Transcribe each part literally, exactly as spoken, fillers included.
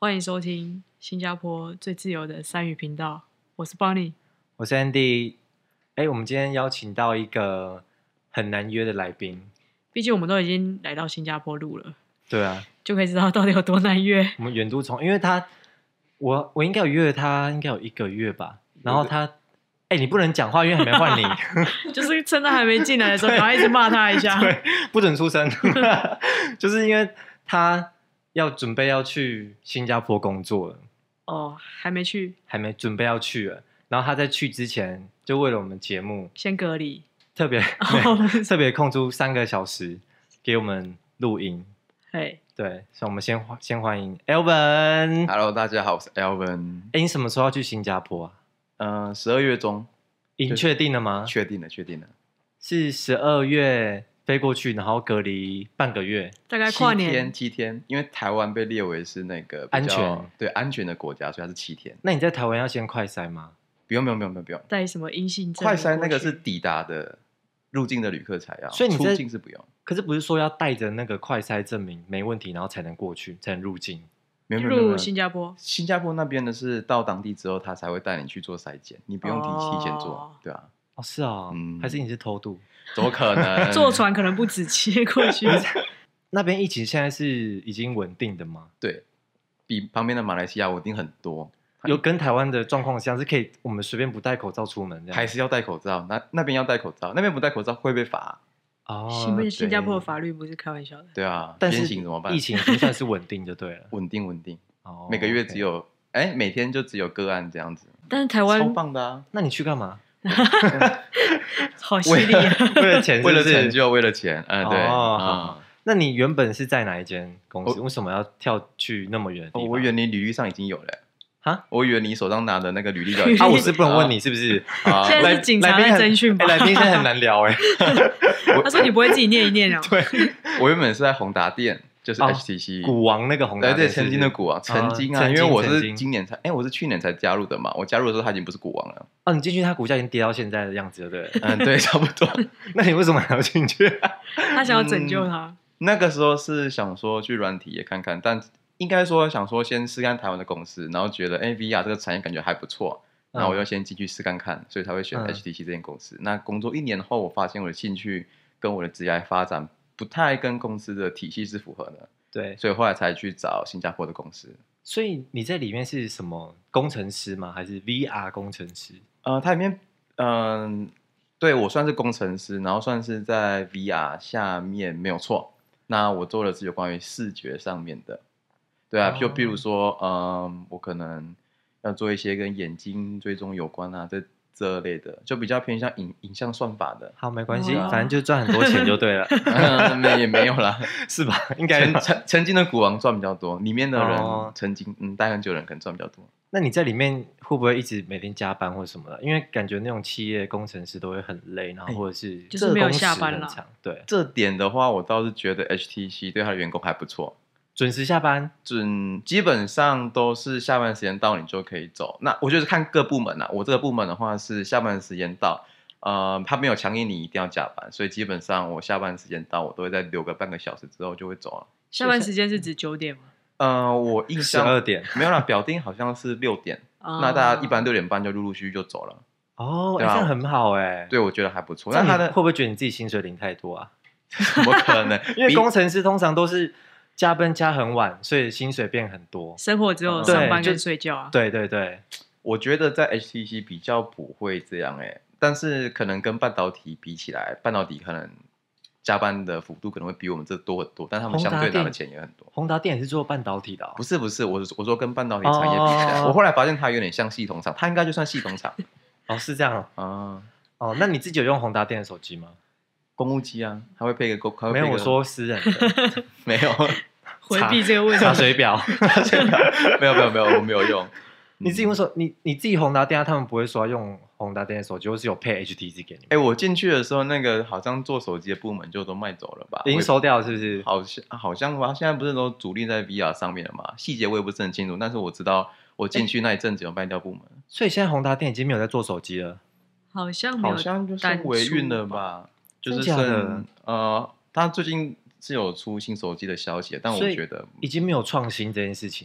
欢迎收听新加坡最自由的三语频道，我是 Bonnie， 我是 Andy。哎，我们今天邀请到一个很难约的来宾， 毕竟我们都已经来到新加坡录了， 对啊， 就可以知道到底有多难约。 我们远渡从，因为他，我我应该有约了他，应该有一个月吧。然后他，哎，你不能讲话，因为还没换你， 就是趁他还没进来的时候，赶快一直骂他一下， 对，不准出声，就是因为他要准备要去新加坡工作了。 哦，还没去， 还没准备要去了。然后他在去之前，就为了我们节目先隔离， 特别、 哦、 特别空出三个小时给我们录音。 嘿， 对，所以我们先先欢迎 Alvin。 Hello， 大家好，我是 Alvin。 哎，你什么时候要去新加坡啊？ 嗯、呃，十二月中， 已经确定了吗？ 确定了，确定了。 是十二月飞过去，然后隔离半个月， 大概跨年七天，七天，因为台湾被列为是那个安全， 对安全的国家，所以它是七天。 那你在台湾要先快筛吗？ 不用，不用，不用，不用，不用。 带什么阴性证？ 快筛那个是抵达的入境的旅客才要， 所以你在出境是不用。 可是不是说要带着那个快筛证明没问题，然后才能过去，才能入境？ 没有，没有，没有。 入新加坡， 新加坡那边的是到当地之后，他才会带你去做筛检，你不用提提前做， 哦对啊。 哦，是啊、 嗯还是你是偷渡？ 怎么可能？ 坐船可能不止接过去。 那边疫情现在是已经稳定的吗？ 对，比旁边的马来西亚稳定很多。 有跟台湾的状况像是可以我们随便不戴口罩出门这样？ 还是要戴口罩？那那边要戴口罩，那边不戴口罩会被罚。 哦， 新新加坡的法律不是开玩笑的。 对啊， 但是鞭刑怎么办？ 疫情已经算是稳定就对了。 稳定稳定， 哦， 每个月只 OK 有哎、每天就只有个案这样子， 但是台湾超棒的啊！ 那你去干嘛？ 好犀利啊！ 为了钱是不是， 为了成就，为了钱，嗯、对， 哦， 嗯好。那你原本是在哪一间公司？ 我为什么要跳去那么远的地哦方？ 我以为你履历上已经有了、 哈， 我以为你手上拿的那个履历表啊，我是不能问你是不是？ 啊现在是警察在侦讯吧？ 来宾现在很难聊哎。 他说你不会自己念一念哦。 对，我原本是在宏达店，就是 H T C、 股王那个宏达对对， 电是不是曾经的股王，曾经啊， 曾经因为我是曾经今年才，哎，我是去年才加入的嘛，我加入的时候他已经不是股王了， 哦，你进去它股价已经跌到现在的样子了，对不对？ 嗯，对，差不多。 那你为什么还要进去？ 他想要拯救他。 那个时候是想说去软体也看看，但应该说想说先试看台湾的公司，然后觉得哎 V R 这个产业感觉还不错， 嗯那我就先进去试看看，所以才会选嗯 H T C 这间公司。那工作一年后，我发现我的兴趣跟我的职业发展不太跟公司的体系是符合的， 对， 所以后来才去找新加坡的公司。 所以你在里面是什么工程师吗？还是 V R 工程师？ 呃，它里面嗯、对我算是工程师，然后算是在 V R 下面没有错。那我做的是有关于视觉上面的，对啊， 哦就比如说，嗯，我可能要做一些跟眼睛追踪有关啊，这这类的，就比较偏向影影像算法的。 好，没关系， 哦反正就赚很多钱就对了， 嗯，没也没有啦， 是吧？应该吧。 曾曾曾经的股王赚比较多，里面的人、 哦曾经嗯待很久的人可能赚比较多。 那你在里面会不会一直每天加班或者什么的？因为感觉那种企业工程师都会很累，然后或者是就是没有这个工时下班啦很长，对， 这点的话，我倒是觉得 H T C 对他的员工还不错。 准时下班。 准基本上都是下班时间到你就可以走。那我觉得看各部门啊，我这个部门的话是下班时间到，呃，他没有强硬你一定要加班，所以基本上我下班时间到，我都会再留个半个小时之后就会走了。 下班时间是指九点吗？ 呃，我印象十二点没有啦，表定好像是六点， 哦那大家一般六点半就陆陆续续就走了。 哦，哎、 对啊这样很好哎。 对，我觉得还不错。 那那他的他的会不会觉得你自己薪水领太多啊？ 怎么可能？ 因为比工程师通常都是加班加很晚，所以薪水变很多。 生活只有对就上班跟睡觉啊。 对对对， 我觉得在 H T C 比较不会这样哎、但是可能跟半导体比起来，半导体可能加班的幅度可能会比我们这多很多，但他们相对拿的钱也很多。 宏达电也是做半导体的、哦， 不是不是，我我说跟半导体产业比起来， 哦我后来发现它有点像系统厂，它应该就算系统厂哦，是这样哦。 啊。 哦，那你自己有用宏达电的手机吗？ 公务机啊，它会配个公，它会配个没有，我说私人的没有， 回避这个问题查。水表。 没有没有没有，我没有用。 你自己问说，你你自己宏达电啊，他们不会说要用宏达电的手机，或是有配 H T C 给你哎、 们？ 我进去的时候，那个好像做手机的部门就都卖走了吧？ 已经收掉了是不是？ 好像好像吧，现在不是都主力在 V R 上面了嘛？细节我也不是很清楚，但是我知道我进去那一阵子有卖掉部门， 所以现在宏达电已经没有在做手机了。 好像没有好像就单出是维运了吧？就是真假的剩呃，他最近是有出新手机的消息，但我所以觉得已经没有创新这件事情了。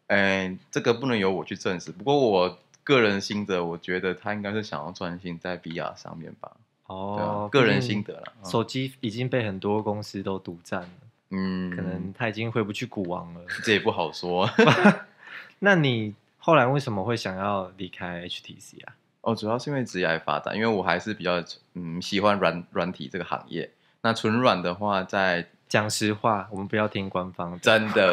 哎，这个不能由我去证实。不过我个人心得，我觉得他应该是想要专心在 V R 上面吧。 哦， 啊、个人心得啦。 手机已经被很多公司都独占了， 嗯， 可能他已经回不去股王了。 这也不好说。 那你后来为什么会想要离开 H T C 啊？ 哦，主要是因为职业发展，因为我还是比较嗯喜欢软软体这个行业。那纯软的话在，在讲实话，我们不要听官方的， 真的，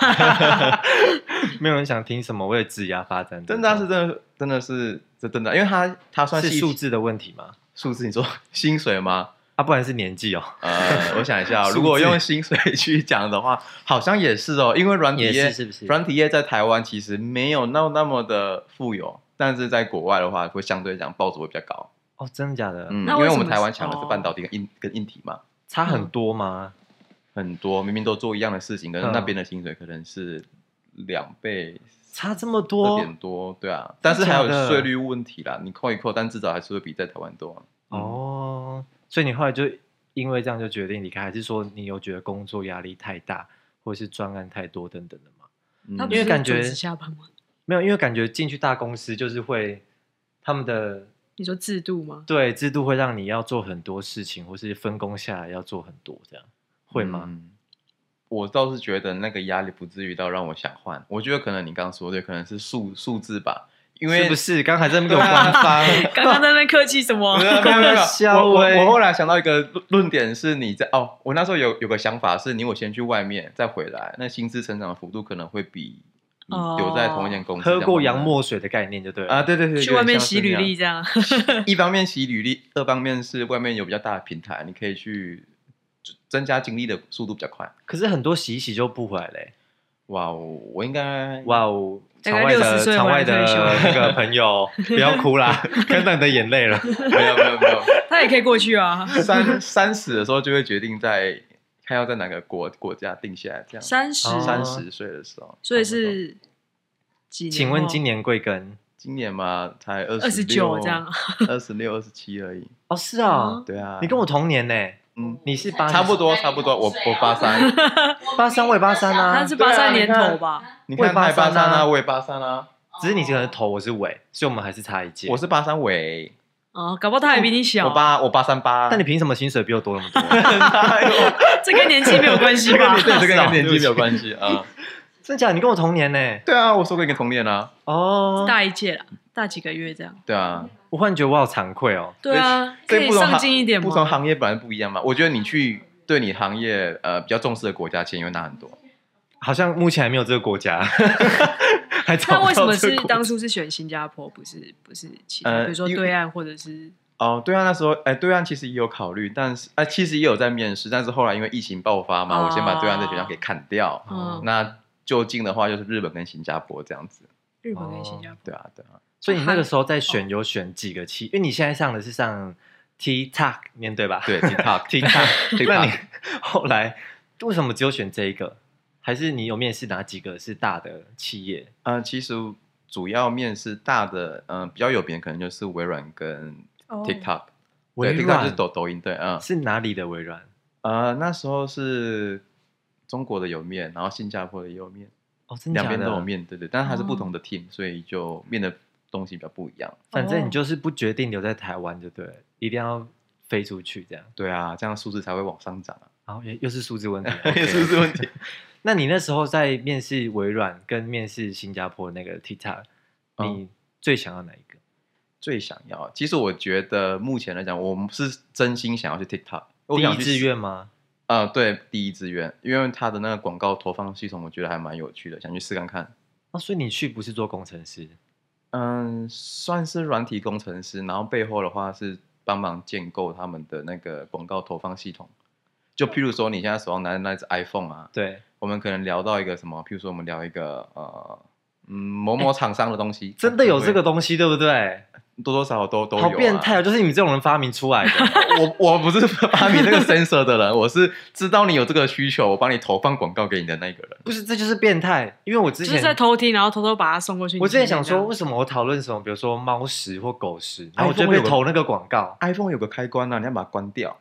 没有人想听什么为了职业发展。 真的是真的，真的是这真的，因为它它算是数字的问题吗？ 数字，你说薪水吗？ 啊，不然是年纪哦。 呃，我想一下、哦，如果用薪水去讲的话，好像也是哦，因为软体业是不是？ 软体业在台湾其实没有那那么的富有，但是在国外的话，会相对讲报酬会比较高。 哦，真的假的？ 嗯， 那因为我们台湾抢的是半导体跟硬、哦、跟硬体嘛， 差很多吗？ 很多，明明都做一样的事情，可是嗯那边的薪水可能是两倍。 差这么多， 二点多，对啊，但是还有税率问题啦，你扣一扣，但至少还是会比在台湾多、啊嗯。哦，所以你后来就因为这样就决定离开，还是说你有觉得工作压力太大，或者是专案太多等等的吗？ 嗯、 他不是因为感觉准时下班吗？ 没有，因为感觉进去大公司就是会他们的你说制度吗？ 对，制度会让你要做很多事情，或是分工下来要做很多，这样会吗？ 嗯我倒是觉得那个压力不至于到让我想换，我觉得可能你刚刚说的可能是数数字吧，因为是不是刚才在那边给我官方？ 刚刚在那边客气什么？ 没有没有没有， 笑我我欸我后来想到一个论点是你在哦，我那时候有有个想法是，你我先去外面再回来，那薪资成长的幅度可能会比你留在同一间公司、 哦、喝过洋墨水的概念就对了啊，对对 对, 对， 去外面洗履历这样。 一方面洗履历，二方面是外面有比较大的平台，你可以去增加精力的速度比较快。 可是很多洗一洗就不回来嘞、欸。 哇哦，我应该哇哦， 大概六十岁场外的那个朋友不要哭啦，看到你的眼泪了。 没有没有没有， 他也可以过去啊。 三三十的时候就会决定在看要在哪个国国家定下来，这样。 三十三十岁的时候， 所以是几年？ 请问今年贵庚？ 今年嘛，才二二十九这样， 二十六、二十七而已。 哦，是啊， 对啊， 你跟我同年呢。 嗯， 你是八， 差不多差不多，我我八三， 八三我也八三啊， 他是八三年头吧？ 你看他也八三啊，我也八三啊， 只是你可能头我是尾，所以我们还是差一届。 我是八三尾， 哦，搞不好他还比你小。 我八我八三八， 但你凭什么薪水比我多那么多？ 这跟年纪没有关系吧？ 对，这跟年纪没有关系啊。 真假？你跟我同年呢？ 对啊，我说过一个同年啊。 哦， 大一届了，大几个月这样。 对啊， 我忽然觉得我好惭愧哦。 对啊，可以上进一点吗？ 不同行业本来不一样嘛。我觉得你去对你行业呃比较重视的国家，钱也会拿很多。 好像目前还没有这个国家。还那为什么是当初是选新加坡，不是不是其他？呃、比如说对岸或者是？ 哦，对岸那时候，哎，对岸其实也有考虑，但是哎，其实也有在面试，但是后来因为疫情爆发嘛，哦、我先把对岸这选项给砍掉。 哦、 那就近的话就是日本跟新加坡这样子。 日本跟新加坡， 对啊，对啊。 所以你那个时候在选有选几个期？因为你现在上的是上 TikTok 面对吧？ 对 ，TikTok TikTok。那你后来为什么只有选这一个？还是你有面试哪几个是大的企业？ 呃，其实主要面试大的，嗯、呃，比较有名的可能就是微软跟 TikTok。哦、 微软 TikTok 就是抖抖音，对，嗯。 是哪里的微软？ 呃，那时候是中国的有面，然后新加坡的也有面。 哦，真的假的？ 两边都有面对对，但是它是不同的 team，、哦、所以就面的东西比较不一样。 反正你就是不决定留在台湾就对了，一定要飞出去这样。 对啊，这样数字才会往上涨啊。 然后、哦、又是数字问题， 又是数字问题。 那你那时候在面试微软跟面试新加坡那个 TikTok，、嗯、你最想要哪一个？ 最想要，其实我觉得目前来讲，我们是真心想要去 TikTok。 第一志愿吗？ 呃，对，第一志愿，因为它的那个广告投放系统，我觉得还蛮有趣的，想去试看看。 哦，所以你去不是做工程师？ 嗯，算是软体工程师，然后背后的话是帮忙建构他们的那个广告投放系统。就譬如说，你现在手上拿的那只 iPhone 啊， 对， 我们可能聊到一个什么，譬如说我们聊一个呃，嗯，某某厂商的东西， 欸、真的有这个东西，对不对？ 多多少少都都有、啊。 好变态哦！就是你们这种人发明出来的。 我我不是发明那个 sensor 的人，我是知道你有这个需求，我帮你投放广告给你的那个人。 不是，这就是变态。因为我之前就是在偷听，然后偷偷把它送过去。 我之前想说，为什么我讨论什么，比如说猫食或狗食，然后我就被投那个广告。 iPhone 有个开关啊，你要把它关掉。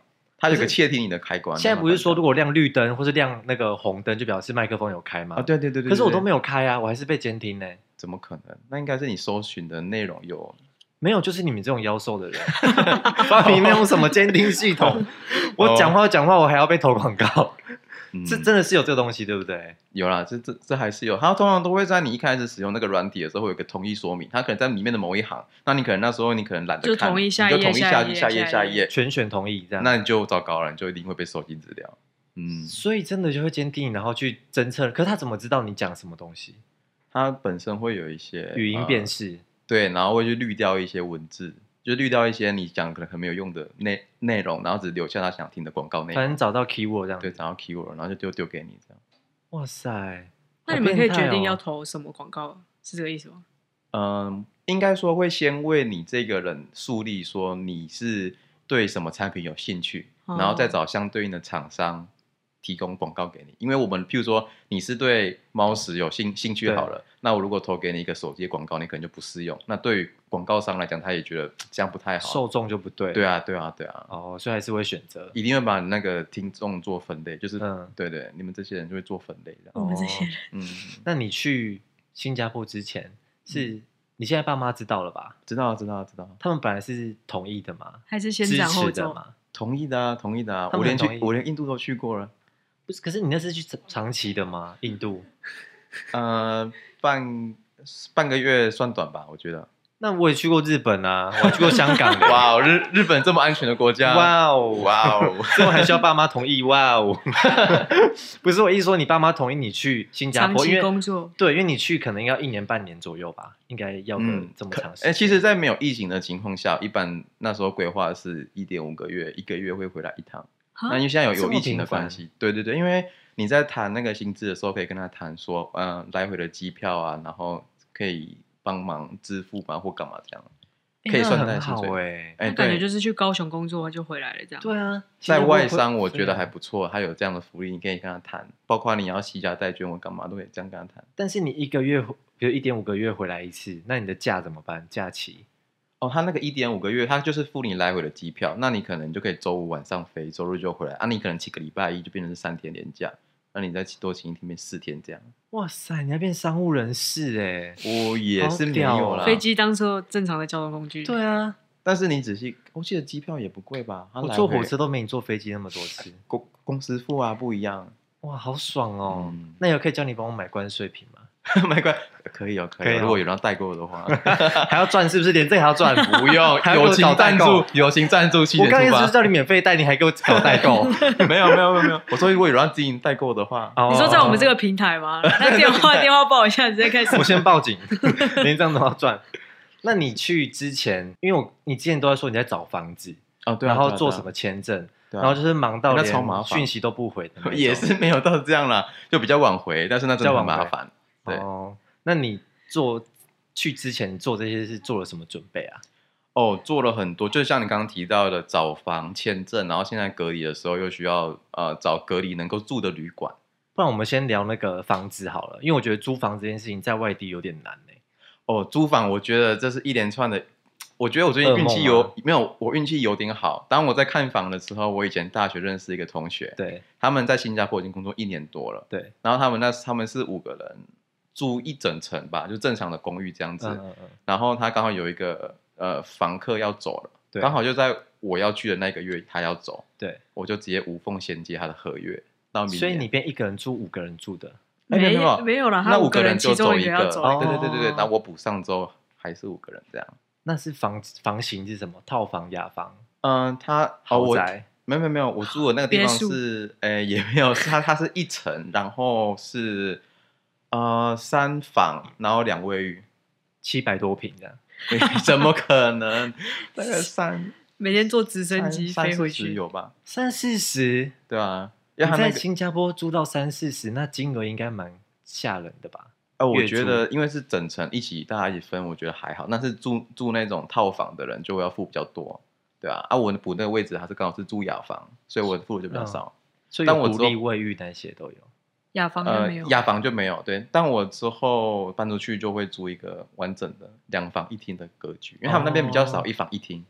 它有个窃听你的开关。 现在不是说如果亮绿灯或是亮那个红灯，就表示麦克风有开吗？ 啊，对对对对。 可是我都没有开啊，我还是被监听呢。 怎么可能？那应该是你搜寻的内容有。 没有，就是你们这种妖兽的人发明那种什么监听系统，我讲话讲话我还要被投广告，嗯、这真的是有这个东西，对不对？ 有啦，这这这还是有，它通常都会在你一开始使用那个软体的时候会有一个同意说明，它可能在里面的某一行，那你可能那时候你可能懒得看， 就同意下一页， 你就同意下去下一页下一页， 全选同意这样， 那你就糟糕了，你就一定会被收集资料。嗯， 所以真的就会监听，然后去侦测，可是他怎么知道你讲什么东西？ 它本身会有一些语音辨识、呃， 对，然后会去滤掉一些文字。就滤掉一些你讲可能很没有用的内内容，然后只留下他想听的广告内容。 反正找到 keyword 这样。 对，找到 keyword， 然后就丢丢给你这样。 哇塞！ 那你们可以决定要投什么广告，是这个意思吗？ 嗯，应该说会先为你这个人树立说你是对什么产品有兴趣，哦、然后再找相对应的厂商提供广告给你。因为我们譬如说你是对猫食有兴兴趣好了，那我如果投给你一个手机广告，你可能就不适用。那对于广告商来讲，他也觉得这样不太好， 受众就不对。 对啊，对啊，对啊。 哦，所以还是会选择， 一定会把那个听众做分类，就是，嗯，对对，你们这些人就会做分类。 我们这些人， 嗯。那你去新加坡之前，是、嗯、你现在爸妈知道了吧？ 知道，知道，知道。 他们本来是同意的吗？ 还是先斩后奏吗？ 同意的啊，同意的啊。我连去，我连印度都去过了。 不是，可是你那是去长期的吗？印度？ 呃，半半个月算短吧，我觉得。 那我也去过日本啊，我去过香港的。 哇哦，日日本这么安全的国家。 哇哦， 哇哦， 这还需要爸妈同意？哇哦，不是我意思说你爸妈同意你去新加坡， 长期工作。 对，因为你去可能要一年半年左右吧，应该要个这么长时间。 哎、嗯，其实，在没有疫情的情况下，一般那时候规划是一点五个月，一个月会回来一趟。那因为现在有有疫情的关系，对对对，因为你在谈那个薪资的时候，可以跟他谈说，嗯、呃，来回的机票啊，然后可以帮忙支付吧，或干嘛这样。可以算在薪水哎， 哎，感觉就是去高雄工作就回来了这样。 对啊， 在外商我觉得还不错，他有这样的福利，你可以跟他谈，包括你要惜家带眷或干嘛都可以这样跟他谈。 但是你一个月，比如一点五个月回来一次，那你的假怎么办？假期？ 哦，他那个一点五个月，他就是付你来回的机票，那你可能就可以周五晚上飞，周日就回来啊。你可能七个礼拜一就变成是三天连假，那你再多请一天变四天这样。 哇塞，你要变商务人士哎！ 我也是没有啦， 飞机当做正常的交通工具。 对啊。 但是你仔细，我记得机票也不贵吧？ 我坐火车都没你坐飞机那么多次。 公公司付啊，不一样。 哇，好爽哦！嗯、那有可以叫你帮我买关税品吗？ 买关可以哦，可以、哦。可以哦、如果有人代购的话， 还要赚是不是？连这个还要赚？ 不用，友情赞助，友情赞助。 我刚才是叫你免费带，你还给我搞代购？ 没有没有没有没有。我说如果有人经营代购的话， 你说在我们这个平台吗？那电话电话报一下，直接开始。 我先报警，连这样都要赚。那你去之前，因为我你之前都在说你在找房子哦，对、 啊，然后做什么签证， 对啊、 然后就是忙到连超麻烦， 讯息都不回的， 也是没有到这样啦，就比较晚回，但是那真的很麻烦。对哦，那你做去之前做这些是做了什么准备啊？ 哦，做了很多，就像你刚刚提到的找房、签证，然后现在隔离的时候又需要呃找隔离能够住的旅馆。 不然我们先聊那个房子好了，因为我觉得租房这件事情在外地有点难欸。 哦，租房我觉得这是一连串的，我觉得我最近运气有、啊、没有？我运气有点好。当我在看房的时候，我以前大学认识一个同学， 对， 他们在新加坡已经工作一年多了， 对。 然后他们那他们是五个人租一整层吧，就正常的公寓这样子。嗯嗯嗯然后他刚好有一个呃房客要走了，对，刚好就在我要去的那个月他要走， 对， 我就直接无缝衔接他的合约到明年。 所以你变一个人住五个人住的。 没没有没有了， 那五个人就走一个， 哦、 对对对对对，然后我补上之后还是五个人这样。 那是房房型是什么？套房、雅房？ 嗯，他豪宅？ 没有没有没有，我住的那个地方是，诶也没有，是它它是一层，然后是呃三房，然后两卫浴， 七百多平这样， 怎么可能？大概三， 每天坐直升机飞回去有吧？ 三四十， 对啊。 你在新加坡租到三四十，那金额应该蛮吓人的吧？ 呃，我觉得因为是整层一起大家一起分，我觉得还好。但是住住那种套房的人就要付比较多，对啊。啊，我补那个位置还是刚好是住雅房，所以我付的就比较少。嗯、 所以有独立卫浴那些都有。 雅房就没有。 呃，雅房就没有。对，但我之后搬出去就会租一个完整的两房一厅的格局，因为他们那边比较少一房一厅。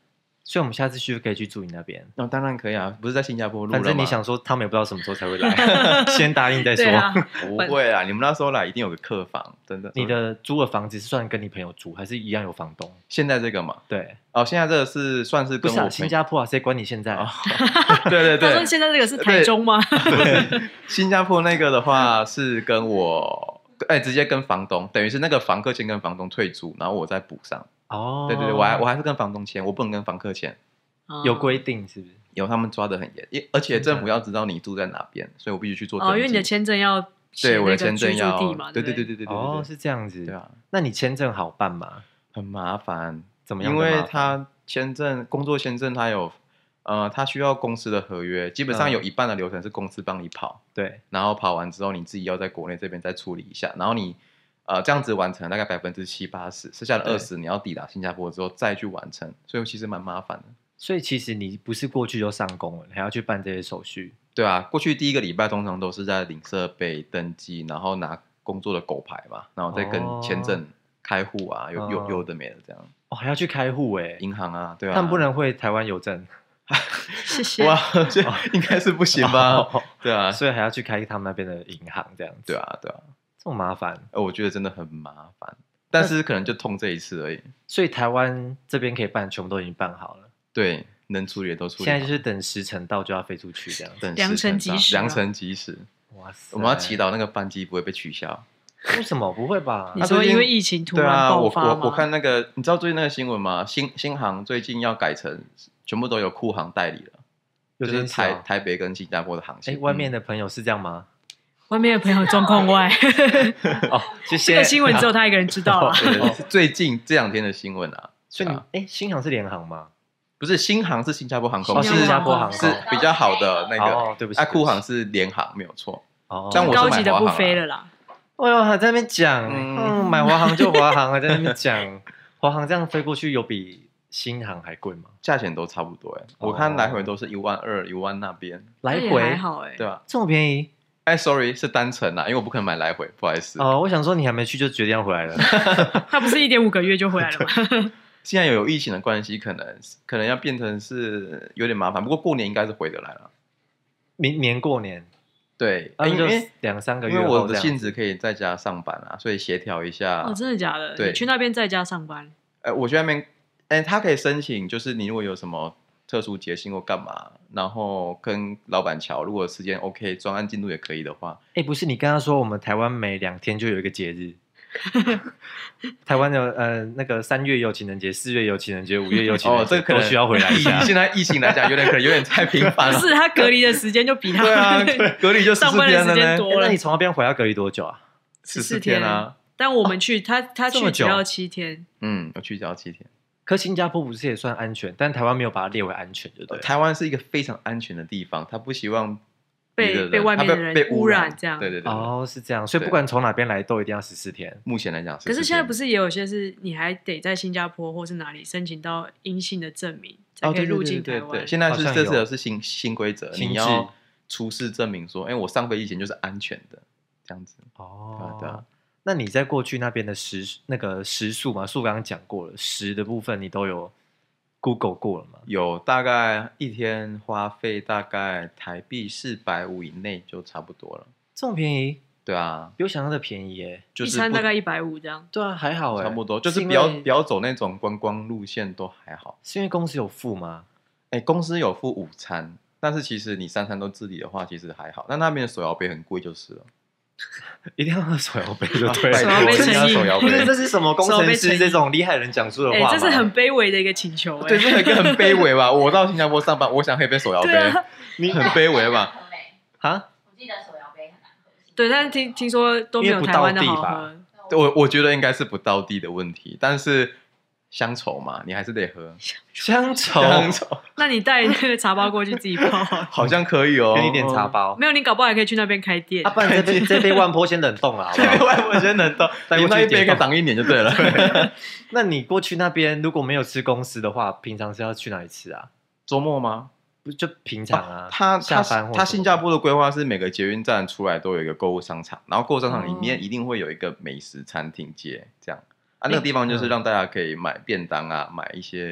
所以我们下次去就可以去住你那边。 哦，当然可以啊，不是在新加坡录了吗？ 反正你想说他们也不知道什么时候才会来，先答应再说。 对啊， 不会啊，你们那时候来一定有个客房，真的。 你的租的房子是算跟你朋友住，还是一样有房东？ 现在这个嘛， 对， 哦，现在这个是算是不是啊， 跟我朋新加坡啊，谁管你现在？ 哦对对他说对， 现在这个是台中吗？ 新加坡那个的话是跟我哎直接跟房东，等于是那个房客先跟房东退租，然后我再补上。 哦， 对对对，我还我还是跟房东签，我不能跟房客签。 有规定是不是？ 有他们抓得很严，因而且政府要知道你住在哪边，所以我必须去做登记。 哦，因为你的签证要写对我的那个居住签证要地嘛， 对对不对对对对对哦， 对， 是这样子。 对啊， 那你签证好办吗？ 很麻烦， 怎么样因的麻烦？ 为他签证工作签证它有呃，它需要公司的合约，基本上有一半的流程是公司帮你跑， 对， 然后跑完之后你自己要在国内这边再处理一下，然后你呃这样子完成大概百分之七八十，剩下的对二十你要抵达新加坡之后再去完成，所以其实蛮麻烦的。 所以其实你不是过去就上工了，你还要去办这些手续。 对啊，过去第一个礼拜通常都是在领设备登记，然后拿工作的狗牌嘛，然后再跟哦签证开户啊，有有哦有的没的这样。 哦，还要去开户哎， 银行啊，对啊， 他们不能汇台湾邮政， 谢谢。 哇，这应该是不行吧？ 哦对啊， 所以还要去开他们那边的银行这样子。 对啊，对啊， 这么麻烦。 呃，我觉得真的很麻烦，但是可能就痛这一次而已。 所以台湾这边可以办，全部都已经办好了， 对，能处理的都处理好。 现在就是等时辰到就要飞出去这样子。 等良时辰到辰吉时啊良辰吉时。 哇塞！ 我们要祈祷那个班机不会被取消。 为什么不会吧？ 你说因为疫情突然对啊，我爆发吗？ 我我看那个，你知道最近那个新闻吗？新新航最近要改成全部都有库航代理了， 有就是台点少台北跟新加坡的航哎， 线。 外面的朋友是这样吗？ 外面的朋友状况外， 哦，就这现个新闻只有他一个人知道啊。 对，对是最近这两天的新闻啊。 所以你对啊哎，新航是联航吗？ 不是新航是新加坡航空， 哦， 是新加坡航是空。 比较好的那个。 哦，对不起， 啊，库航对不起是联航没有错。 哦， 但我是高级的不买华航啊飞了啦。 哎呦，还在那边讲， 嗯嗯，买华航就华航，还在那边讲，华航这样飞过去有比新航还贵吗？ 价钱都差不多哎，我看来回都是一万二、一万那边， 来那也还回好哎， 对吧？ 这么便宜？ 哎，sorry，是单程啊，因为我不可能买来回，不好意思。 哦，我想说你还没去就决定要回来了。 他不是一点五个月就回来了吗？ 现在有有疫情的关系，可能可能要变成是有点麻烦，不过过年应该是回得来了。 明年过年， 对， 啊，就因为两三个因为月后这样我的性质可以在家上班啊，所以协调一下。 哦，真的假的？ 对你去那边在家上班？ 哎，我去那边，哎，他可以申请，就是你如果有什么特殊节庆或干嘛，然后跟老板瞧，如果时间 OK，专案进度也可以的话， 哎，不是你刚刚说我们台湾每两天就有一个节日，台湾的呃那个三月有情人节，四月有情人节，五月有情人节， 哦，这个可能都需要回来一下以。现在疫情来讲，有点可能有点太频繁了。 不是，他隔离的时间就比他对啊，隔离就十四上班的时天了呢， 间多了哎那你，从那边回要隔离多久啊？ 十四天啊。 但我们去他他这么久去只要七天， 嗯，我去只要七天。 可新加坡不是也算安全，但台湾没有把它列为安全，对不对？ 台湾是一个非常安全的地方，他不希望别的人被被外面的他人被被污污染这样对对对。对哦，是这样，所以对不管从哪边来都一定要十四天。 目前来讲， 可是现在不是是也有些是你还得在新加坡或是哪里申请到阴性的证明，才哦，对对可以入对对对， 境台湾。 现在是好像有这次的是新新规则， 新制你要出示证明说，哎，我上飞机前就是安全的，这样子。 哦， 对啊。 那你在过去那边的时那个时速嘛，速刚刚讲过了，时的部分你都有 Google 过了吗？ 有大概一天花费大概台币四百五以内就差不多了。 这么便宜， 对啊， 比我想象的便宜耶。 就一是不餐大概一百五这样。 对啊，还好哎， 差不多，就是因不要为不要走那种观光路线都还好。 是因为公司有付吗？ 哎，公司有付午餐，但是其实你三餐都自理的话，其实还好。但那边的手摇杯很贵就是了。 一定要喝手摇杯就对拜了。 手摇杯托人家诚意手摇不是， 杯这，是什么工程手摇杯诚意师这种厉害人讲出的哎、 话吗？ 这是很卑微的一个请求哎、 对，这个很卑微吧？我到新加坡上班，我想喝一杯手摇杯对，啊， 你很卑微吧？ 啊， 我记得手摇杯很难喝。 对，但是听听说都没有台湾的好喝。 我我觉得应该是不到地的问题，但是乡愁嘛，你还是得喝。 乡愁， 乡愁那你带那个茶包过去自己泡好了， 好像可以哦， 给你点茶包。 没有你搞不好还可以去那边开店。 啊，不然这杯这杯万坡先冷冻了，好不好？ 外国先能到， 带过去你那一杯点可以挡一年就对了。 那你过去那边如果没有吃公司的话，平常是要去哪里吃啊？ 周末吗？ 不就平常啊？ 他他下班或他新加坡坡的规划是每个捷运站出来都有一个购物商场，然后购物商场里面哦一定会有一个美食餐厅街，这样啊，那个地方就是让大家可以买便当啊，买一些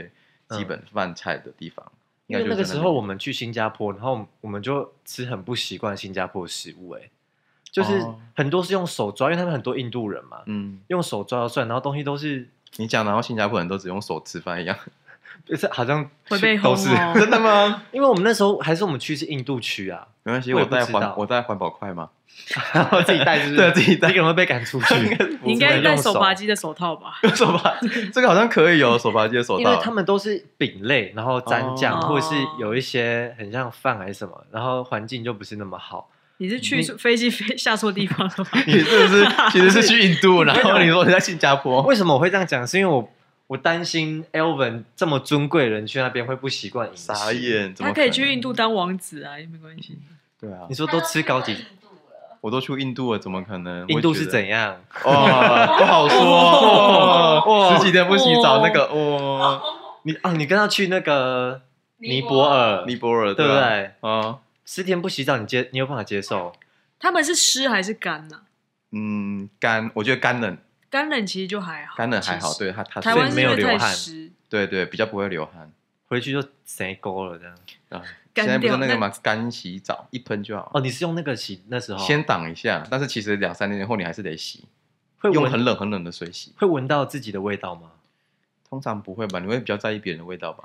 基本饭菜的地方。 因为那个时候我们去新加坡，然后我们就吃很不习惯新加坡的食物、欸，哎，就是很多是用手抓，因为他们很多印度人嘛，嗯，用手抓算，然后东西都是你讲，然后新加坡人都只用手吃饭一样， 就是好像会被都是、 哦、 真的吗？ 因为我们那时候还是我们去是印度区啊， 没关系，我带环我带环保筷嘛， 然后自己带是不是？ 对，自己带， 你可能会被赶出去。 你应该戴手扒鸡的手套吧？ 手扒这个好像可以哦，手扒鸡的手套， 因为他们都是饼类，然后蘸酱、 哦、 或者是有一些很像饭还是什么，然后环境就不是那么好。 你是去飞机飞下错地方了吗？ 你是不是其实是去印度，然后你说你在新加坡？ 为什么我会这样讲？是因为我我担心 Elvin 这么尊贵的人去那边会不习惯饮食。 傻眼， 他可以去印度当王子啊，也没关系。 对啊， 你说都吃高级。 我都去印度了，怎么可能？ 印度是怎样？ 哦，不好说。哦，十几天不洗澡，那个哦， 你啊，你跟他去那个尼泊尔， 尼泊尔对不对？ 啊， 十天不洗澡，你接你有办法接受？ 他们是湿还是干呢？ 嗯，干，我觉得干冷， 干冷其实就还好， 干冷还好，对他他台湾没有流汗， 对对，比较不会流汗， 回去就谁沟了这样啊。现在不是那个嘛，干洗澡一喷就好。 哦，你是用那个洗那时候先挡一下，但是其实两三天后你还是得洗，会用很冷很冷的水洗。 会闻到自己的味道吗？ 通常不会吧，你会比较在意别人的味道吧？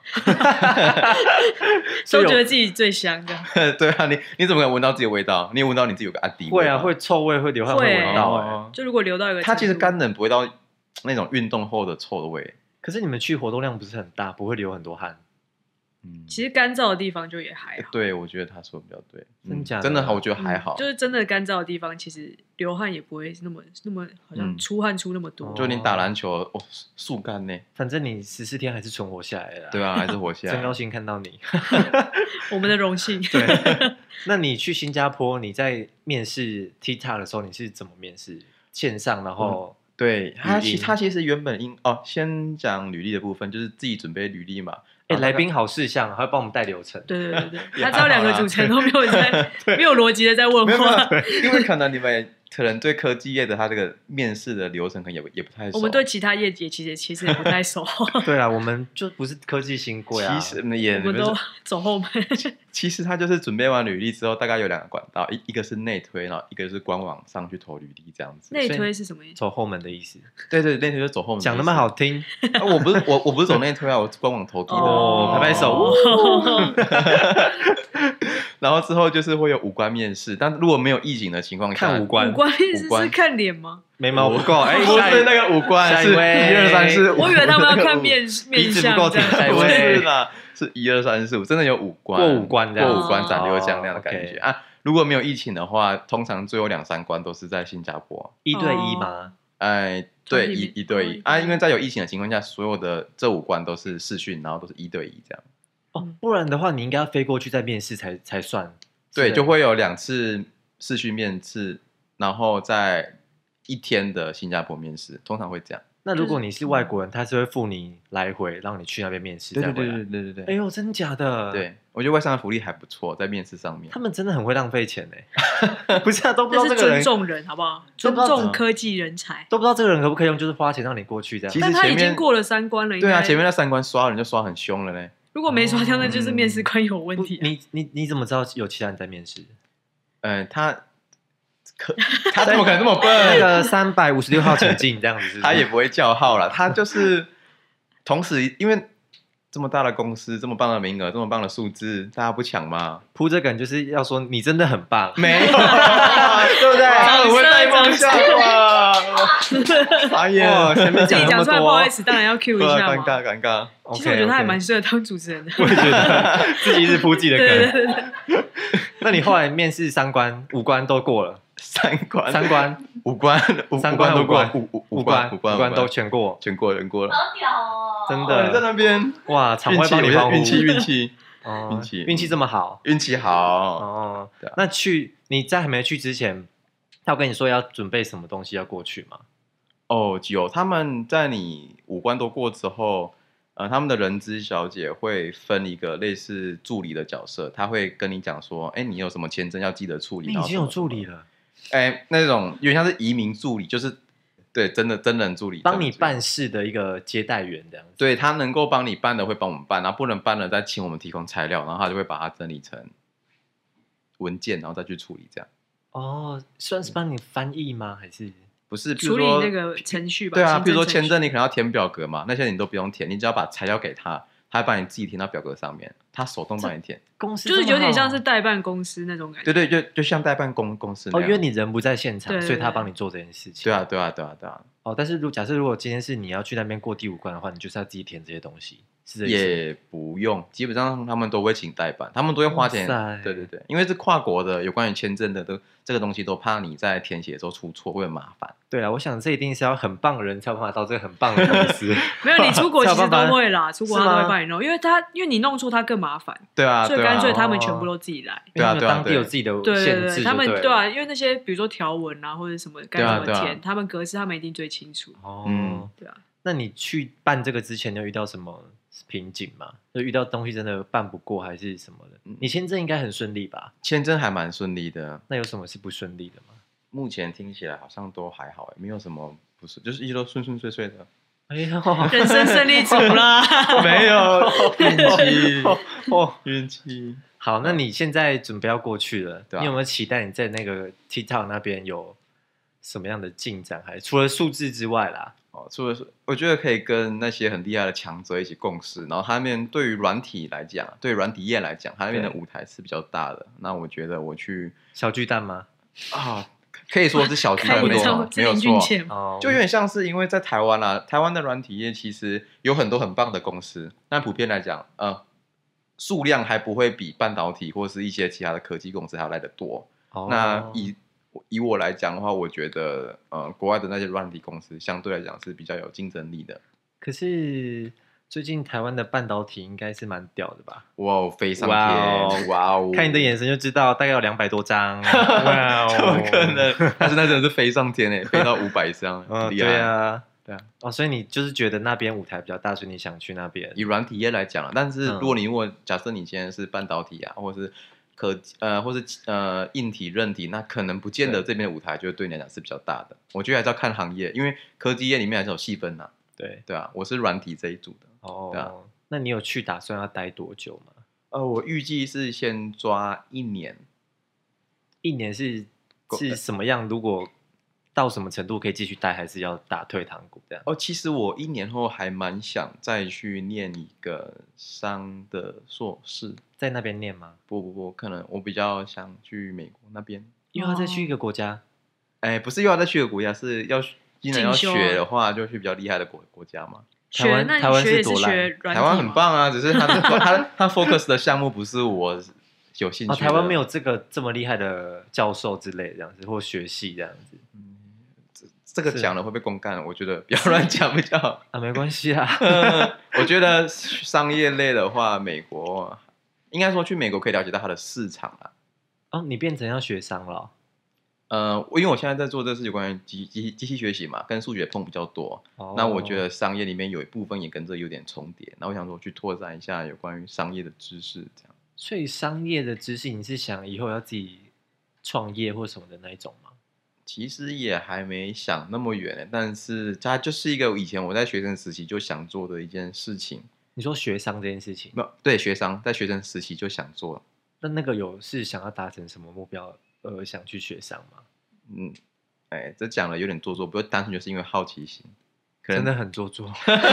都觉得自己最香的。 对啊，你你怎么可能闻到自己的味道？你也闻到你自己有个阿迪？ 会啊，会臭味，会流汗，会闻到、欸。 哦、 就如果流到一个， 它其实干冷不会到那种运动后的臭的味。 可是你们去活动量不是很大，不会流很多汗。 嗯，其实干燥的地方就也还好。 对，我觉得他说的比较对， 真假的？ 真的，我觉得还好、 嗯。就是真的干燥的地方，其实流汗也不会那么那么好像出汗出那么多。 嗯、就你打篮球，哦，速干呢。 反正你十四天还是存活下来了。 对啊，还是活下来。 真高兴看到你， 我们的荣幸。 对。那你去新加坡，你在面试 TikTok 的时候，你是怎么面试？线上，然后、 嗯、对他其他其实原本应哦，先讲履历的部分，就是自己准备履历嘛。 哎、欸，来宾好事项，还会帮我们带流程。 对对对对，他知道两个主持人都没有在没有逻辑的在问话， 因为可能你们可能对科技业的他这个面试的流程可能也也不太熟。 我们对其他业界其实其实也不太熟。 对啊，我们就不是科技新贵啊， 其实也我们都走后门。 其实他就是准备完履历之后，大概有两个管道，一一个是内推，然后一个是官网上去投履历这样子。 内推是什么意思？ 走后门的意思。 对对，内推就走后门。 讲那么好听， 啊、我不是我我不是走内推啊，我官网投递的。 哦，拍拍手。 然后之后就是会有五官面试，但如果没有疫情的情况下， 看五官， 五官面试是看脸吗？ 眉毛不够，哎， 不是那个五官，是一二三四五。 我以为他们要看面面相， 不是啦，是一二三四五，真的有五官， 过五关， 过五关斩六将那样的感觉啊。如果没有疫情的话，通常最后两三关都是在新加坡， 一对一吗？ 哎，对，一一对一啊，因为在有疫情的情况下，所有的这五关都是视讯，然后都是一对一这样。 哦，不然的话，你应该要飞过去再面试才才算。 对，就会有两次视讯面试，然后在一天的新加坡面试，通常会这样。 那如果你是外国人，他是会付你来回，让你去那边面试。 对对对对对对对。 哎呦，真假的？ 对，我觉得外商的福利还不错，在面试上面。 他们真的很会浪费钱哎。不是啊，都不知道这个人尊重人好不好？尊重科技人才， 都不知道这个人可不可以用，就是花钱让你过去这样。 其实但他已经过了三关了。 对啊，前面那三关刷人就刷很凶了嘞。 如果没刷掉，那就是面试官有问题、啊。 你你你怎么知道有其他人在面试？ 嗯，他可他怎么可能这么笨？ 那个三百五十六号请进这样子是不是， 他也不会叫号了。他就是同时，因为这么大的公司，这么棒的名额，这么棒的数字，大家不抢吗？ 铺这梗就是要说你真的很棒， 没有，对不对？他很会带风向啊！哎呀，前面讲那么多，不好意思，当然要 cue 一下嘛。 尴尬尴尬。 其实我觉得他还蛮适合当主持人的。 我也觉得自己一直铺自己的梗。 对对对。 那你后来面试三关、五关都过了？ 三关、 三关、 五关、 三关都过， 五五五关、 五关、 五关都全过， 全过，全过了。 好屌哦！ 真的， 你在那边哇，常会帮你欢呼， 运气，运气， 哦， 运气， 运气这么好， 运气好哦。那去你在还没去之前，他有跟你说要准备什么东西要过去吗？ 哦，有，他们在你五关都过之后。呃，他们的人资小姐会分一个类似助理的角色，她会跟你讲说，哎，你有什么签证要记得处理。 你已经有助理了， 哎，那种有点像是移民助理，就是对，真的真人助理， 帮你办事的一个接待员这样子。 对，他能够帮你办的会帮我们办，然后不能办的再请我们提供材料，然后他就会把它整理成文件，然后再去处理这样。 哦，算是帮你翻译吗？还是不是？ 处理那个程序吧。 对啊，比如说签证，你可能要填表格嘛，那些你都不用填，你只要把材料给他，他会把你自己填到表格上面，他手动帮你填。 公司就是有点像是代办公司那种感觉。 对对，就就像代办公公司那样。 哦，因为你人不在现场， 对对对， 所以他帮你做这件事情。 对啊，对啊，对啊，对啊。 哦，但是如假设如果今天是你要去那边过第五关的话，你就是要自己填这些东西，是这意思吗？ 也不用，基本上他们都会请代办，他们都会花钱。对对对，因为是跨国的，有关于签证的都这个东西都怕你在填写的时候出错会很麻烦。 对啊，我想这一定是要很棒的人才有办法到这个很棒的公司。 没有，你出国其实都会啦，出国他都会帮你弄，因为他因为你弄错他更麻烦。 对啊， 所以干脆他们全部都自己来。 对啊， 对啊，当地有自己的限制， 他们对啊，因为那些比如说条文啊或者什么该怎么填，他们格式他们一定最清楚。 哦， 对啊。 那你去办这个之前，你有遇到什么瓶颈吗？就遇到东西真的办不过还是什么的？你签证应该很顺利吧？ 签证还蛮顺利的。 那有什么是不顺利的吗？ 目前听起来好像都还好，没有什么不是，就是一直都顺顺遂遂的。 哎呦， 人生胜利组啦！ 没有运气哦，运气。 好，那你现在准备要过去了， 对啊， 你有没有期待你在那个 TikTok 那边有什么样的进展？还除了数字之外啦？ 哦，除了我觉得可以跟那些很厉害的强者一起共事，然后他那边对于软体来讲，对软体业来讲，他那边的舞台是比较大的。那我觉得我去小巨蛋吗？ 啊，可以说是小巨蛋，没有没有错， 哦， 就有点像是因为在台湾啦、啊，台湾的软体业其实有很多很棒的公司，但普遍来讲，呃，数量还不会比半导体或是一些其他的科技公司还要来得多。哦、那以以我来讲的话，我觉得呃，国外的那些软体公司相对来讲是比较有竞争力的。 可是最近台湾的半导体应该是蛮屌的吧？ 哇，飞上天！哇哦！ 看你的眼神就知道，大概有两百多张。哇哦！ 怎么可能？但是那真的是飞上天诶，飞到五百张， 嗯， 厉害！ 对啊， 对啊。 哦，所以你就是觉得那边舞台比较大，所以你想去那边。 以软体业来讲，但是如果你如果假设你现在是半导体啊，或者是可呃，或是呃硬体、韧体，那可能不见得这边的舞台就对你来讲是比较大的。我觉得还是要看行业，因为科技业里面还是有细分呐、啊。 对对啊，我是软体这一组的。 哦， 对啊。 那你有去打算要待多久吗？ 呃，我预计是先抓一年。 一年是是什么样？如果到什么程度可以继续待，还是要打退堂鼓这样？ 哦，其实我一年后还蛮想再去念一个商的硕士， 在那边念吗？ 不不不，可能我比较想去美国那边， 又要再去一个国家。 哎、哦，不是又要再去一个国家，是要既然要学的话，就去比较厉害的国国家嘛。 台湾台湾是多烂？ 台湾很棒啊，只是他他他 focus 的项目不是我有兴趣的、 哦。台湾没有这个这么厉害的教授之类的这样子，或学系这样子。 嗯，这这个讲了会被公干，我觉得不要乱讲比较好啊，没关系啊。 我觉得商业类的话，美国应该说去美国可以了解到它的市场啊。 哦，你变成要学商了、哦？ 呃，因为我现在在做这是有关于机机机器学习嘛，跟数学碰比较多。哦、那我觉得商业里面有一部分也跟这有点重叠。那我想说去拓展一下有关于商业的知识，这样。 所以商业的知识，你是想以后要自己创业或什么的那一种吗？ 其实也还没想那么远，但是它就是一个以前我在学生时期就想做的一件事情。 你说学商这件事情？ 没对，学商在学生时期就想做。 那那个有是想要达成什么目标？呃，想去学商吗？ 嗯，哎，这讲的有点做作，不过单纯就是因为好奇心，可能真的很做作。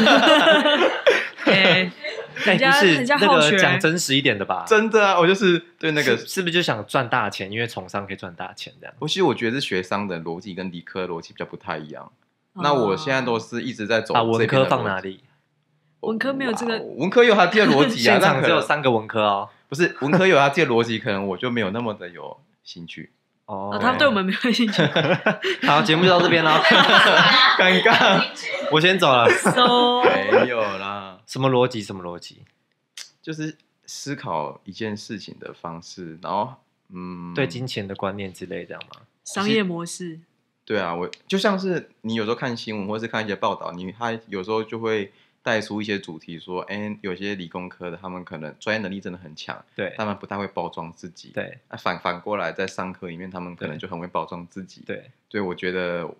哎，人家人家那个讲真实一点的吧。 真的啊，我就是对那个是, 是不是就想赚大钱？因为从商可以赚大钱这样。 我其实我觉得是学商的逻辑跟理科的逻辑比较不太一样。哦、那我现在都是一直在走把文科放哪里？ 文科没有这个， 文科有它自己的逻辑啊。 现场只有三个文科哦， 不是文科有它自己的逻辑，可能我就没有那么的有兴趣。 哦，他对我们没有兴趣。 好，节目就到这边了。 尴尬， 我先走了。 So... 没有啦， 什么逻辑？什么逻辑？ 就是思考一件事情的方式，然后嗯， 对金钱的观念之类，这样吗？ 商业模式。 对啊，我就像是你有时候看新闻或是看一些报道，你他有时候就会带出一些主题，说，哎，有些理工科的他们可能专业能力真的很强， 对， 他们不太会包装自己， 对， 反反过来在商科里面，他们可能就很会包装自己， 对， 对，我觉得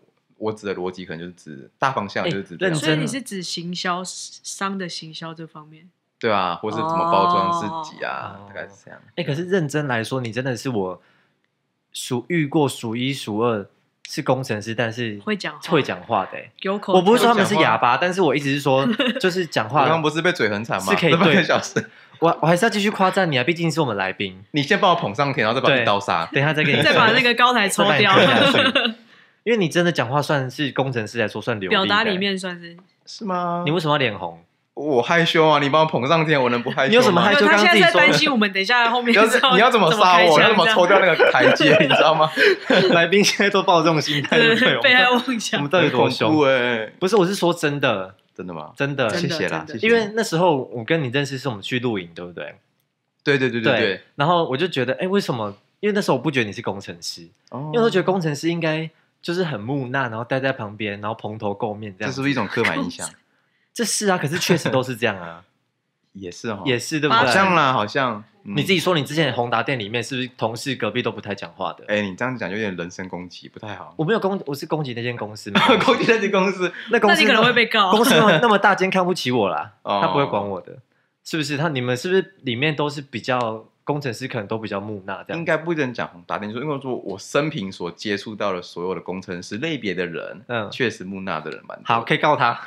我指的逻辑可能就是指大方向，就是指这样。 所以你是指行销商的行销这方面？ 对啊，或是怎么包装自己啊， 哦、 大概是这样。 哎、欸，可是认真来说，你真的是我数遇过数一数二是工程师，但是会讲会讲话的、欸。 有口， 我不是说他们是哑巴，但是我一直是说，就是讲话。 我刚刚不是被嘴很惨吗？ 是可以对。 小时我我还是要继续夸赞你啊，毕竟是我们来宾。 你先帮我捧上天，然后再把你刀杀， 等一下再给你再把那个高台抽掉。 因为你真的讲话算是工程师来说算流利的、欸， 表达里面算是是吗？ 你为什么要脸红？ 我害羞啊！你帮我捧上天，我能不害羞吗？ 你有什么害羞？ 他现在在担心我们等一下后面你要怎么杀我？要怎么抽掉那个台阶？你知道吗？ 来宾现在都抱这种心态，对不对？ 被害妄想， 我们到底多凶？ 哎， 不是，我是说真的， 真的吗？ 真的， 谢谢啦，谢谢。 因为那时候我跟你认识是我们去露营，对不对？ 对对对对对。 然后我就觉得，哎，为什么？因为那时候我不觉得你是工程师，因为我觉得工程师应该就是很木讷，然后待在旁边，然后蓬头垢面这样。 这是不是一种刻板印象？ 这是啊，可是确实都是这样啊。 也是哦， 也是对不对？ 好像啦，好像、 嗯、你自己说，你之前宏达店里面是不是同事隔壁都不太讲话的？ 哎、欸，你这样讲有点人身攻击，不太好。 我没有攻，我是攻击那间公司， 攻击那间公司， 那公司那你可能会被告。 公司那么那么大间看不起我啦， 哦、 他不会管我的，是不是？他你们是不是里面都是比较工程师，可能都比较木讷这样？ 应该不能讲宏达店，说因为说我生平所接触到的所有的工程师类别的人，嗯，确实木讷的人蛮多。 好，可以告他。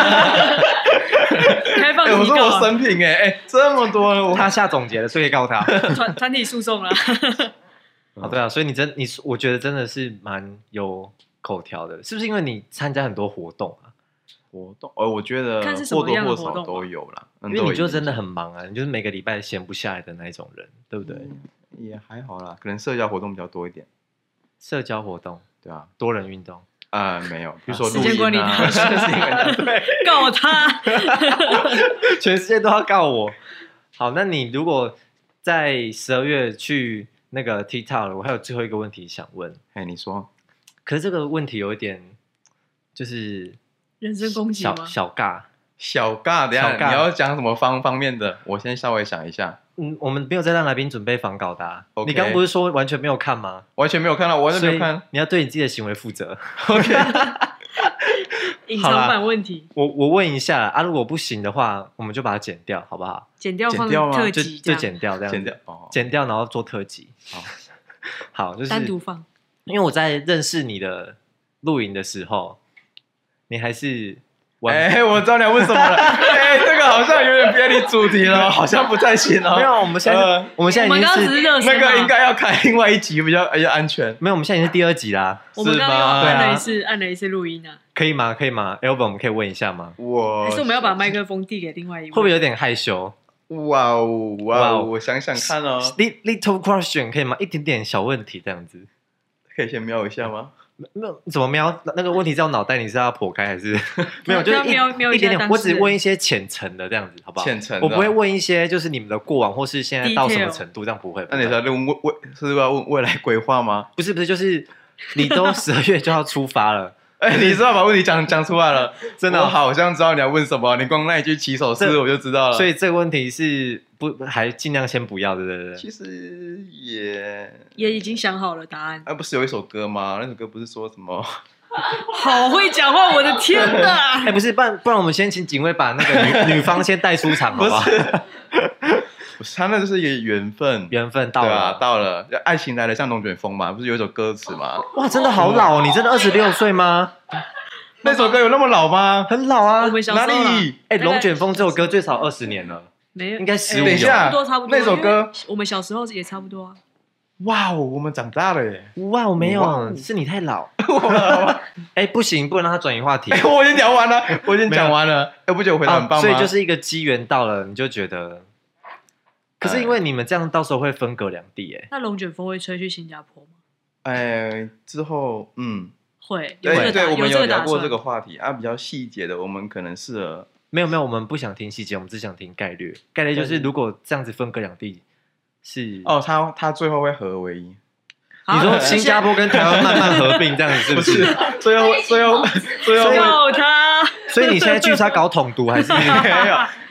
开放、 欸、我说我生平哎、欸、哎、欸，这么多， 他下总结了，所以可以告他。 团团体诉讼了。 哦，对啊，所以你真你，我觉得真的是蛮有口条的，是不是？因为你参加很多活动啊， 活动，呃，我觉得或多或少都有啦。 因为你就真的很忙啊，你就是每个礼拜闲不下来的那一种人，对不对？ 嗯、也还好啦，可能社交活动比较多一点。 社交活动， 对啊， 多人运动。 啊、呃，没有，比如说时间管理大师， 对， 告他， 全世界都要告我。好，那你如果在十二月去那个 TikTok 了，我还有最后一个问题想问。 哎，你说， 可是这个问题有一点就是人身攻击吗？ 小小尬， 小尬，等一下你要讲什么方方面的？我先稍微想一下。 嗯，我们没有在让来宾准备访稿的、啊。 Okay. 你刚不是说完全没有看吗？ 完全没有看到，我完全没有看。 你要对你自己的行为负责。 OK。 隐藏版问题。 我我问一下啊，如果不行的话，我们就把它剪掉，好不好？ 剪掉放特辑， 就就剪掉这样。 剪掉， 哦、剪掉，然后做特辑。好，好，就是单独放。 因为我在认识你的录影的时候，你还是。 哎、欸，我知道你要问什么了。哎、欸，这个好像有点偏离主题了，好像不太行哦。 没有，我们现在、呃、我们现在已经是那个应该要开另外一集比较比较安全。 没有，我们现在已经是第二集啦。 我们刚刚按了一次，按了一次录音啊。 可以吗？可以吗 ？Alvin， 我们可以问一下吗？ 我还是我们要把麦克风递给另外一位？ 会不会有点害羞？ 哇哦哇哦！我想想看哦。 Little question 可以吗？一点点小问题这样子， 可以先瞄一下吗？ 没有怎么瞄那个问题在我脑袋，你是要剖开还是没有？就是瞄瞄一点点，我只问一些浅层的这样子，好不好？ 浅层， 我不会问一些就是你们的过往或是现在到什么程度，这样不会。 那你在问未未是要问未来规划吗？ 不是不是，就是你都十二月就要出发了。 哎、欸，你知道把问题讲讲出来了， 真的， 我好像知道你要问什么。你光那一句起手式我就知道了。 所以这个问题是不还尽量先不要，对不对？ 其实也也已经想好了答案。 哎、啊，不是有一首歌吗？那首歌不是说什么？ 好会讲话，我的天哪！ 哎、欸，不是，不然不然我们先请警卫把那个女女方先带出场，好不好？ 不是，他那就是一个缘分， 缘分到了， 对啊，到了，爱情来了像龙卷风嘛，不是有一首歌词吗？ 哇，真的好老哦！你真的二十六岁吗？ 那首歌有那么老吗？ 很老啊， 我们小时候哪里？ 哎，龙卷风这首歌最少二十年了， 没有， 应该十五。 等一下， 差不多差不多。 那首歌我们小时候也差不多啊。 哇哦，我们长大了耶！ 哇，我没有，是你太老。哎，不行，不能让他转移话题。 哎，我已经讲完了，我已经讲完了。哎，不觉得我回答很棒吗？ 所以就是一个机缘到了，你就觉得。可是因为你们这样到时候会分隔两地，哎， 那龙卷风会吹去新加坡吗？ 哎，之后嗯会， 对对，我们有聊过这这个话题啊，比较细节的，我们可能适合。 没有没有，我们不想听细节，我们只想听概率。概率就是如果这样子分隔两地是哦，他他最后会合为一。 你说新加坡跟台湾慢慢合并这样子是不是？ 最后最后最后告他。 所以你现在去他搞统独还是没有？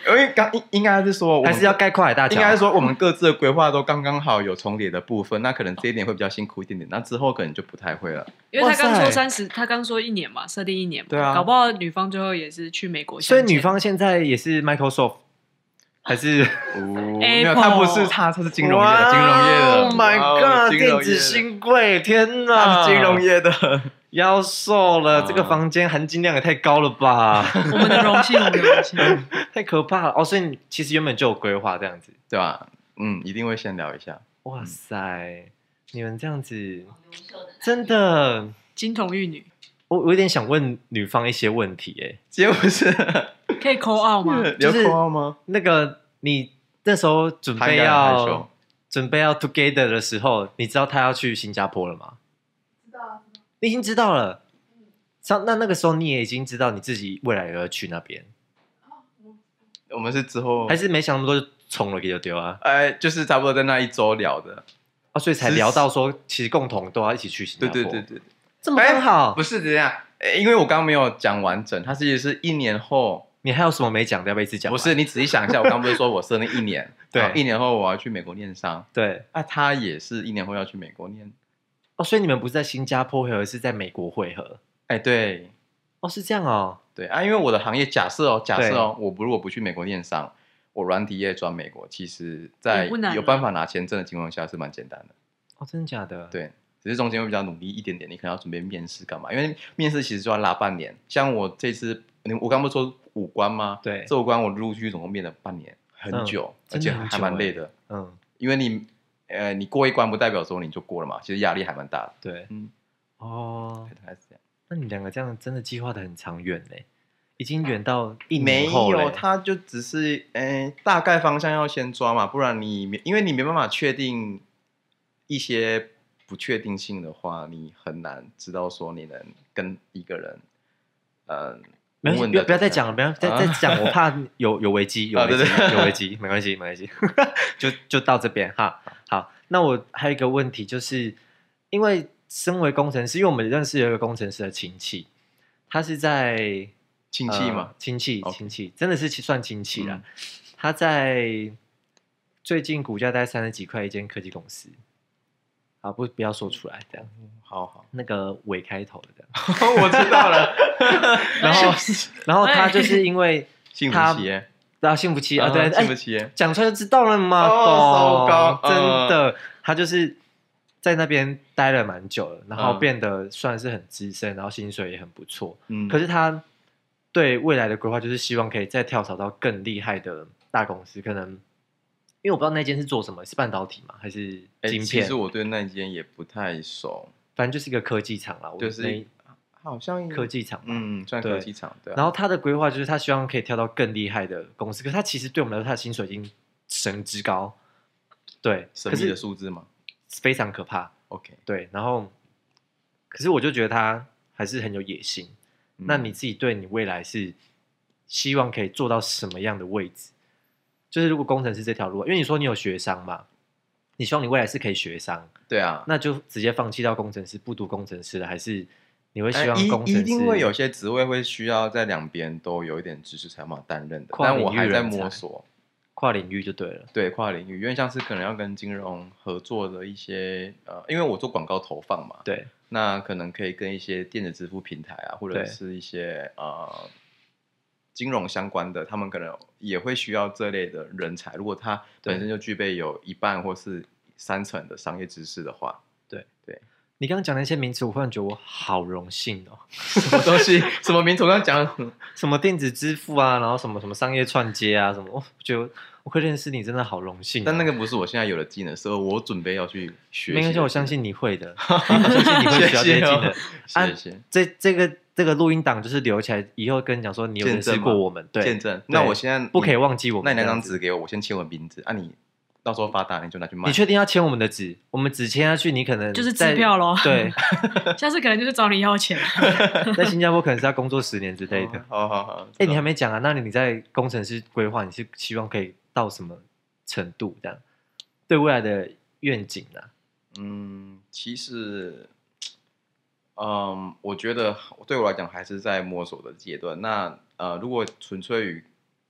因为刚应该是说， 还是要盖跨海大桥？ 应该是说我们各自的规划都刚刚好有重叠的部分，那可能这一点会比较辛苦一点点，那之后可能就不太会了。 因为他刚说三十，他刚说一年嘛，设定一年嘛， 对啊， 搞不好女方最后也是去美国。 所以女方现在也是 Microsoft 还是？ 哦，没有，他不是他，他是金融业的，金融业的。 Oh my god！ 电子新贵，天哪， 他是金融业的。 妖兽了，哦、这个房间含金量也太高了吧！ 我们的荣幸，我们的荣幸， 太可怕了哦！所以你其实原本就有规划这样子， 对吧？嗯，一定会先聊一下。 哇塞，嗯、你们这样子真的金童玉女。 我我有点想问女方一些问题、欸，哎， 结果是可以 call out 吗？ 就是 call out 吗？ 那个你那时候准备要准备要 together 的时候，你知道他要去新加坡了吗？你已经知道了，那那个时候你也已经知道你自己未来要去那边。 我们是之后还是没想那么多就冲了给就丢啊？ 哎，就是差不多在那一周聊的啊，所以才聊到说其实共同都要一起去新加坡。 对对对对， 这么刚好？ 不是这样，因为我刚刚没有讲完整，它其实是一年后。 你还有什么没讲的？要不要一次讲？ 不是，你仔细想一下，我刚不是说我设定一年， 对， 一年后我要去美国念商， 对， 啊，他也是一年后要去美国念。 哦，所以你们不是在新加坡会合，是在美国会合？ 哎，对， 哦，是这样哦， 对啊，因为我的行业假设哦，假设哦，我不如果不去美国念商，我软体业转美国，其实在有办法拿签证的情况下是蛮简单的。 哦，真的假的？ 对，只是中间会比较努力一点点，你可能要准备面试干嘛？因为面试其实就要拉半年。像我这次，我刚不是说五关吗？ 对， 这五关我陆续总共面了半年，很久， 嗯、 而且还蛮累的。 嗯， 因为你。呃，你过一关不代表说你就过了嘛，其实压力还蛮大的。 对， 嗯， 哦， 大概是这样。 那你两个这样真的计划的很长远嘞，已经远到一年后了。 没有，他就只是，呃，大概方向要先抓嘛，不然你因为你没办法确定一些不确定性的话，你很难知道说你能跟一个人，呃。 没关系，不要不要再讲了，不要再、啊、再讲，我怕有有危机，有危机，啊、对对有危机，没关系，没关系，就就到这边哈。好，那我还有一个问题，就是因为身为工程师，因为我们认识有一个工程师的亲戚，他是在亲戚嘛， 呃、亲戚亲戚，真的是算亲戚啦。嗯、他在最近股价大概三十几块一间科技公司，好不不要说出来，这样。 好好， 那个尾开头的这样， 我知道了。 然后，然后他就是因为幸福企业， 啊，幸福企业啊，对， 幸福企业， 讲出来就知道了嘛。 哦，糟糕， 真的，他就是在那边待了蛮久了，然后变得算是很资深，然后薪水也很不错。嗯，可是他对未来的规划就是希望可以再跳槽到更厉害的大公司，可能。因为我不知道那间是做什么，是半导体吗？还是晶片？ 其实我对那间也不太熟， 反正就是一个科技厂啦。 就是好像科技厂， 嗯，算科技厂对、啊。 然后他的规划就是他希望可以跳到更厉害的公司，可是他其实对我们来说，他的薪水已经神之高，对， 神秘的数字吗？ 非常可怕。 OK， 对，然后可是我就觉得他还是很有野心。嗯、那你自己对你未来是希望可以做到什么样的位置？就是如果工程师这条路，因为你说你有学商嘛，你希望你未来是可以学商， 对啊， 那就直接放弃到工程师，不读工程师了，还是你会希望工程师、 欸、一定会有些职位会需要在两边都有一点知识才有办法担任的，但我还在摸索， 跨领域就对了， 对，跨领域，因为像是可能要跟金融合作的一些呃，因为我做广告投放嘛， 对， 那可能可以跟一些电子支付平台啊，或者是一些呃。金融相关的，他们可能也会需要这类的人才。如果他本身就具备有一半或是三成的商业知识的话， 对对。 你刚刚讲那些名词，我忽然觉得我好荣幸哦。 什么东西？什么名词？我刚刚讲什么电子支付啊，然后什么什么商业串接啊，什么，我觉得我会认识你，真的好荣幸、啊。 但那个不是我现在有的技能，是我准备要去学习。 没关系，我相信你会的，我相信你会需要这些技能。 谢谢。 啊、这这个。这个录音档就是留起来，以后跟你讲说你有认识过我们，对， 见证。那我现在不可以忘记我们。 那你那张纸给我，我先签我名字啊，你到时候发达你就拿去卖。 你确定要签我们的纸？我们纸签下去，你可能就是支票咯。 对， 下次可能就是找你要钱。 在新加坡可能是要工作十年之类的。 好好好。 哎、欸，你还没讲啊？那你在工程师规划，你是希望可以到什么程度？这样对未来的愿景呢、啊？ 嗯，其实。嗯，我觉得对我来讲还是在摸索的阶段。那呃，如果纯粹于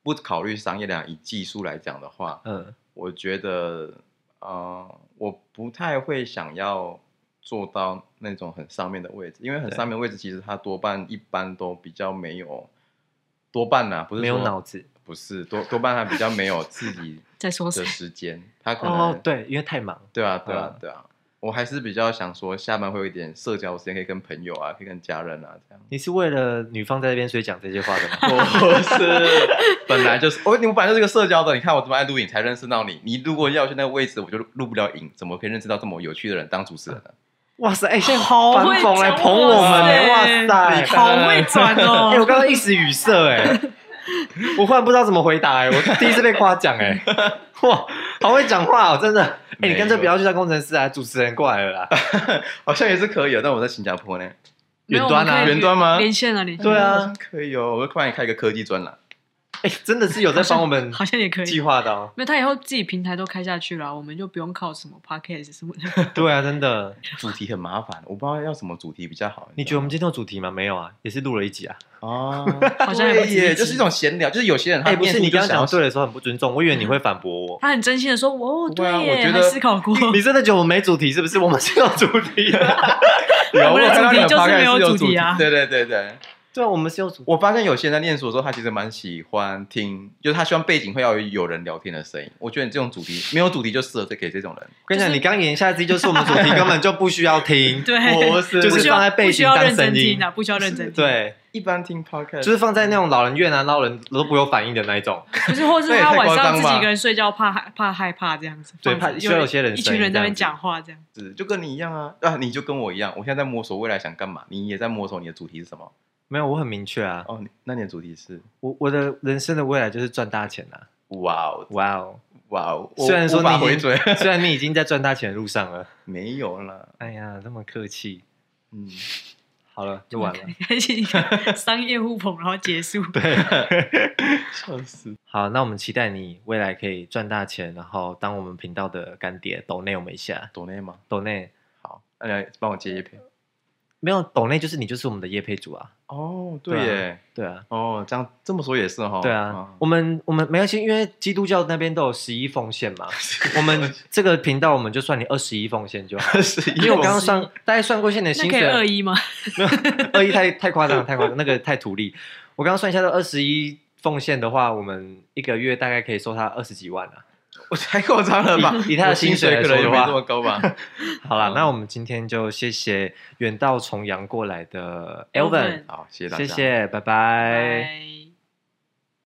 不考虑商业量，以技术来讲的话，嗯，我觉得呃，我不太会想要做到那种很上面的位置，因为很上面的位置其实它多半一般都比较没有，多半啊，不是没有脑子， 不是多多半它比较没有自己在说的时间，他可能哦对，因为太忙， 对啊对啊、嗯、对啊。我还是比较想说，下班会有一点社交时间，可以跟朋友啊，可以跟家人啊这样。 你是为了女方在那边所以讲这些话的吗？ 不是，本来就是我，你们本来就是个社交的。你看我这么爱录影，才认识到你。你如果要去那个位置，我就录不了影，怎么可以认识到这么有趣的人当主持人呢？ 哇塞，哎、欸，现在好反讽来捧我们呢，哇塞， 好会转哦！ 哎、欸，我刚刚一时语塞，哎，我忽然不知道怎么回答，哎，我第一次被夸奖，哎，哇，好会讲话哦，真的。哎、欸，你干脆不要去当工程师啊，主持人过来了啦， 好像也是可以的，但我在新加坡呢， 远端啊， 远端吗？ 连线啊，连线。 对啊， 可以哦，我会帮你开一个科技专栏。 哎、欸，真的是有在帮我们， 好像也可以计划的哦。 没有，他以后自己平台都开下去了，我们就不用靠什么 podcast 什么的。 对啊，真的， 主题很麻烦，我不知道要什么主题比较好。 你觉得我们今天有主题吗？没有啊，也是录了一集啊。 哦， 好像也不也就是一种闲聊，就是有些人他哎、欸，不是你刚刚讲对的时候很不尊重，我以为你会反驳我。 他很真心的说：“哦，对耶， 我觉得还思考过。” 你真的觉得我没主题是不是？我们是有主题的。 我们的主题就是没有主题啊。 对对对对。 对啊，我们是有主题。 我发现有些人在念书的时候，他其实蛮喜欢听，就是他希望背景会要有人聊天的声音。我觉得你这种主题没有主题就适合给这种人。 我跟你讲，你刚言下之意就是我们主题根本就不需要听， 对， 不是就是放在背景当声音啊，不需要认真听。 对， 一般听 podcast 就是放在那种老人院啊，老人都不会有反应的那一种。 不是，或是他晚上自己一个人睡觉怕怕害怕这样子。 对，怕需要有些人一群人在那边讲话这样。 是，就跟你一样啊，啊，你就跟我一样，我现在在摸索未来想干嘛，你也在摸索你的主题是什么。 没有，我很明确啊。 哦，那你的主题是？ 我我的人生的未来就是赚大钱啊！ 哇哦， 哇哦， 哇哦！ 虽然说你回嘴， 虽然你已经在赚大钱的路上了， 没有啦。 哎呀，那么客气。 嗯， 好了，就完了。 开启一个商业互捧，然后结束。 对， 笑死。 好，那我们期待你未来可以赚大钱，然后当我们频道的干爹，抖内我们一下。 抖内吗？ 抖内。 好，那你来帮我接业配。 没有抖内就是你就是我们的业配主啊。 哦，对耶， 对啊。 哦，这样这么说也是哈。 对啊，我们我们没关系，因为基督教那边都有十一奉献嘛。我们这个频道我们就算你二十一奉献就好。因为我刚刚算大概算过现在的薪水。 那可以二一吗？ 没有，二一太太夸张了，太夸张，那个太土力。我刚刚算一下，都二十一奉献的话，我们一个月大概可以收他二十几万啊。 我太夸张了吧？ 以, 以他的薪水来说的话， 没这么高吧？ 好啦，那我们今天就谢谢远道重洋过来的 Elvin， 好，谢谢大家， 谢谢，拜拜。 拜。